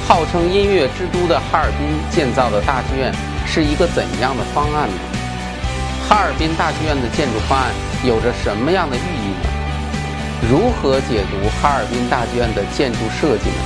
号称音乐之都的哈尔滨建造的大剧院是一个怎样的方案呢？哈尔滨大剧院的建筑方案有着什么样的寓意呢？如何解读哈尔滨大剧院的建筑设计呢？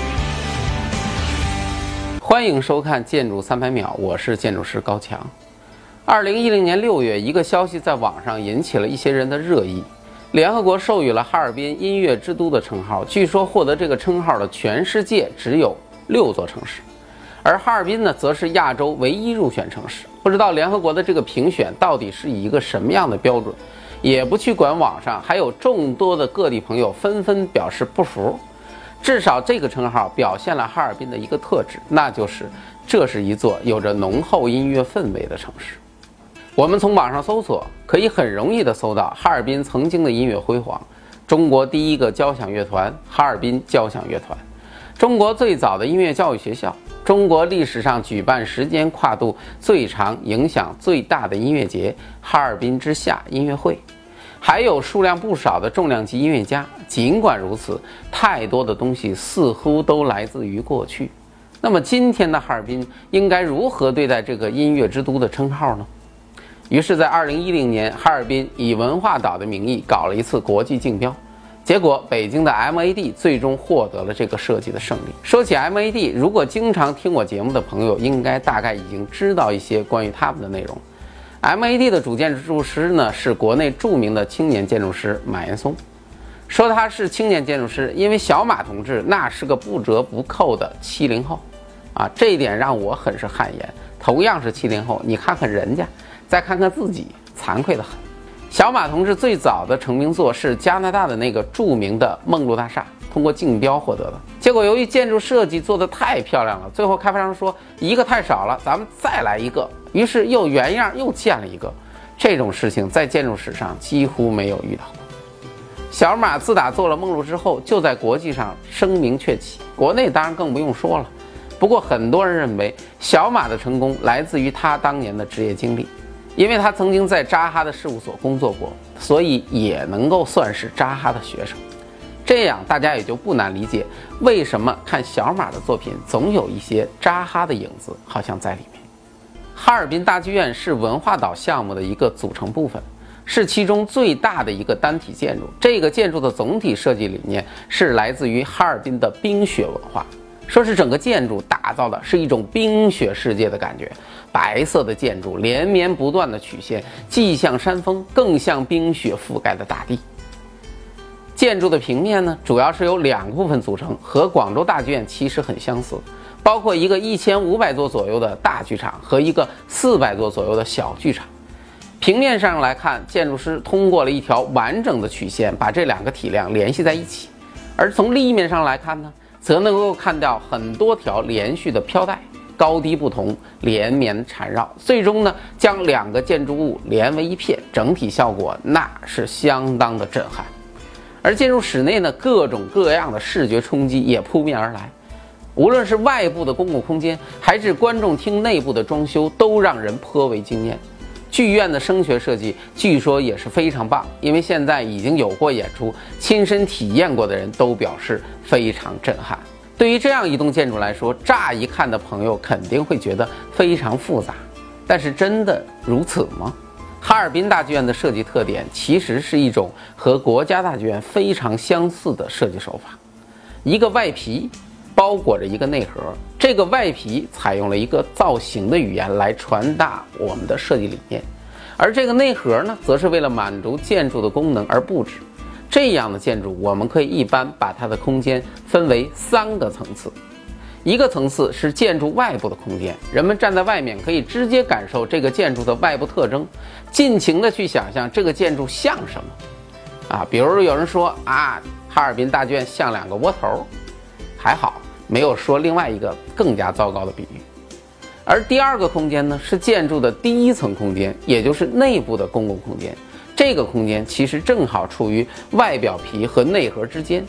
欢迎收看《建筑300秒》，我是建筑师高强。2010年6月，一个消息在网上引起了一些人的热议。联合国授予了哈尔滨音乐之都的称号，据说获得这个称号的全世界只有6座城市，而哈尔滨呢，则是亚洲唯一入选城市。不知道联合国的这个评选到底是以一个什么样的标准，也不去管网上还有众多的各地朋友纷纷表示不服。至少这个称号表现了哈尔滨的一个特质，那就是这是一座有着浓厚音乐氛围的城市。我们从网上搜索，可以很容易地搜到哈尔滨曾经的音乐辉煌，中国第一个交响乐团哈尔滨交响乐团，中国最早的音乐教育学校，中国历史上举办时间跨度最长、影响最大的音乐节哈尔滨之夏音乐会，还有数量不少的重量级音乐家。尽管如此，太多的东西似乎都来自于过去。那么今天的哈尔滨应该如何对待这个音乐之都的称号呢？于是在2010年，哈尔滨以文化岛的名义搞了一次国际竞标，结果北京的 MAD 最终获得了这个设计的胜利。说起 MAD， 如果经常听我节目的朋友应该大概已经知道一些关于他们的内容。MAD 的主建筑师呢，是国内著名的青年建筑师马岩松。说他是青年建筑师，因为小马同志那是个不折不扣的70后啊，这一点让我很是汗颜。同样是70后，你看看人家，再看看自己，惭愧得很。小马同志最早的成名作是加拿大的那个著名的梦露大厦，通过竞标获得的。结果由于建筑设计做得太漂亮了，最后开发商说一个太少了，咱们再来一个，于是又原样又建了一个。这种事情在建筑史上几乎没有遇到过。小马自打做了梦露之后，就在国际上声名鹊起，国内当然更不用说了。不过很多人认为小马的成功来自于他当年的职业经历，因为他曾经在扎哈的事务所工作过，所以也能够算是扎哈的学生。这样大家也就不难理解为什么看小马的作品总有一些扎哈的影子好像在里面。哈尔滨大剧院是文化岛项目的一个组成部分，是其中最大的一个单体建筑。这个建筑的总体设计理念是来自于哈尔滨的冰雪文化，说是整个建筑打造的是一种冰雪世界的感觉。白色的建筑连绵不断的曲线，既像山峰，更像冰雪覆盖的大地。建筑的平面呢，主要是由2个部分组成，和广州大剧院其实很相似，包括一个1500座左右的大剧场和一个400座左右的小剧场。平面上来看，建筑师通过了一条完整的曲线把这2个体量联系在一起，而从立面上来看呢，则能够看到很多条连续的飘带，高低不同，连绵缠绕，最终呢将2个建筑物连为一片，整体效果那是相当的震撼。而建筑室内呢，各种各样的视觉冲击也扑面而来，无论是外部的公共空间，还是观众厅内部的装修，都让人颇为惊艳。剧院的声学设计据说也是非常棒，因为现在已经有过演出，亲身体验过的人都表示非常震撼。对于这样一栋建筑来说，乍一看的朋友肯定会觉得非常复杂，但是真的如此吗？哈尔滨大剧院的设计特点其实是一种和国家大剧院非常相似的设计手法，一个外皮包裹着一个内核，这个外皮采用了一个造型的语言来传达我们的设计理念，而这个内核呢，则是为了满足建筑的功能而布置。这样的建筑我们可以一般把它的空间分为3个层次。一个层次是建筑外部的空间，人们站在外面可以直接感受这个建筑的外部特征，尽情的去想象这个建筑像什么比如有人说哈尔滨大剧院像2个窝头，还好没有说另外一个更加糟糕的比喻。而第2个空间呢，是建筑的第1层空间，也就是内部的公共空间。这个空间其实正好处于外表皮和内核之间，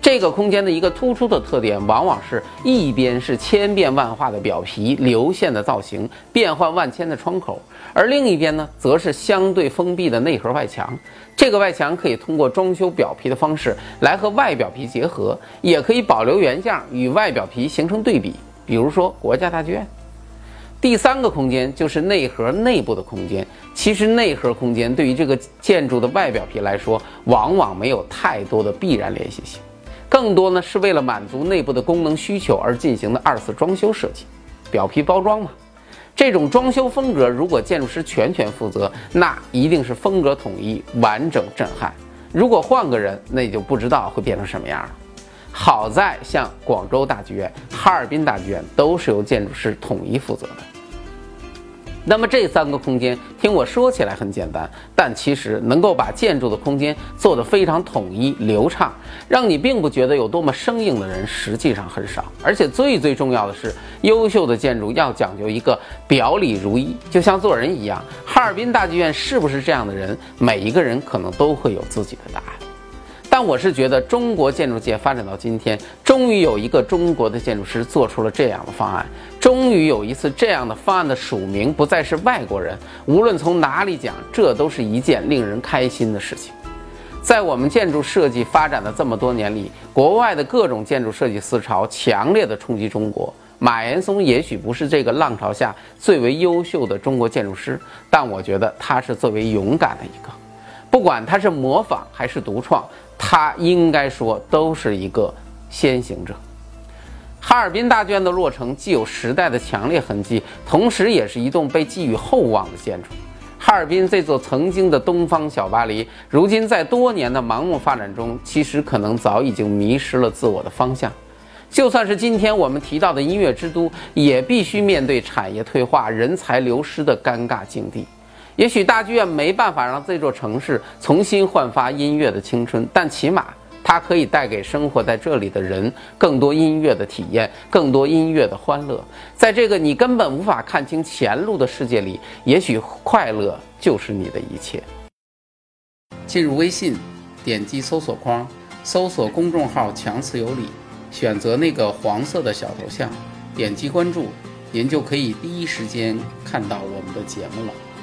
这个空间的一个突出的特点，往往是一边是千变万化的表皮、流线的造型、变幻万千的窗口，而另一边呢，则是相对封闭的内核外墙。这个外墙可以通过装修表皮的方式来和外表皮结合，也可以保留原样，与外表皮形成对比。比如说国家大剧院。第三个空间就是内核内部的空间。其实内核空间对于这个建筑的外表皮来说，往往没有太多的必然联系性，更多呢是为了满足内部的功能需求而进行的二次装修设计，表皮包装嘛。这种装修风格，如果建筑师全权负责，那一定是风格统一、完整震撼。如果换个人，那就不知道会变成什么样了。好在像广州大剧院、哈尔滨大剧院都是由建筑师统一负责的。那么这三个空间听我说起来很简单，但其实能够把建筑的空间做得非常统一流畅，让你并不觉得有多么生硬的人实际上很少。而且最重要的是，优秀的建筑要讲究一个表里如一，就像做人一样。哈尔滨大剧院是不是这样的人，每一个人可能都会有自己的答案。但我是觉得中国建筑界发展到今天，终于有一个中国的建筑师做出了这样的方案，终于有一次这样的方案的署名不再是外国人。无论从哪里讲，这都是一件令人开心的事情。在我们建筑设计发展的这么多年里，国外的各种建筑设计思潮强烈的冲击中国。马岩松也许不是这个浪潮下最为优秀的中国建筑师，但我觉得他是最为勇敢的一个。不管他是模仿还是独创，他应该说都是一个先行者。哈尔滨大剧院的落成既有时代的强烈痕迹，同时也是一栋被寄予厚望的建筑。哈尔滨这座曾经的东方小巴黎，如今在多年的盲目发展中，其实可能早已经迷失了自我的方向。就算是今天我们提到的音乐之都，也必须面对产业退化、人才流失的尴尬境地。也许大剧院没办法让这座城市重新焕发音乐的青春，但起码它可以带给生活在这里的人更多音乐的体验，更多音乐的欢乐。在这个你根本无法看清前路的世界里，也许快乐就是你的一切。进入微信，点击搜索框，搜索公众号强词有理，选择那个黄色的小头像，点击关注，您就可以第一时间看到我们的节目了。